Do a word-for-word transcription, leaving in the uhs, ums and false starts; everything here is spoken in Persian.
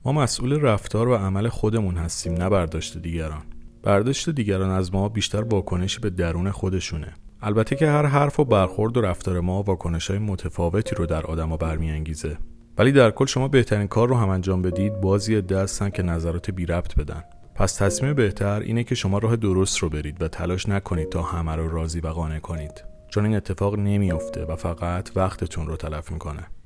ما مسئول رفتار و عمل خودمون هستیم، نه برداشت دیگران. برداشت دیگران از ما بیشتر واکنشی به درون خودشونه. البته که هر حرف و برخورد و رفتار ما واکنش‌های متفاوتی رو در آدم‌ها برمی‌انگیزه، ولی در کل شما بهترین کار رو هم انجام بدید، بازی عده هستن که نظرات بی ربط بدن. پس تصمیم بهتر اینه که شما راه درست رو برید و تلاش نکنید تا همه رو راضی و قانع کنید، چون این اتفاق نمیفته و فقط وقتتون رو تلف میکنه.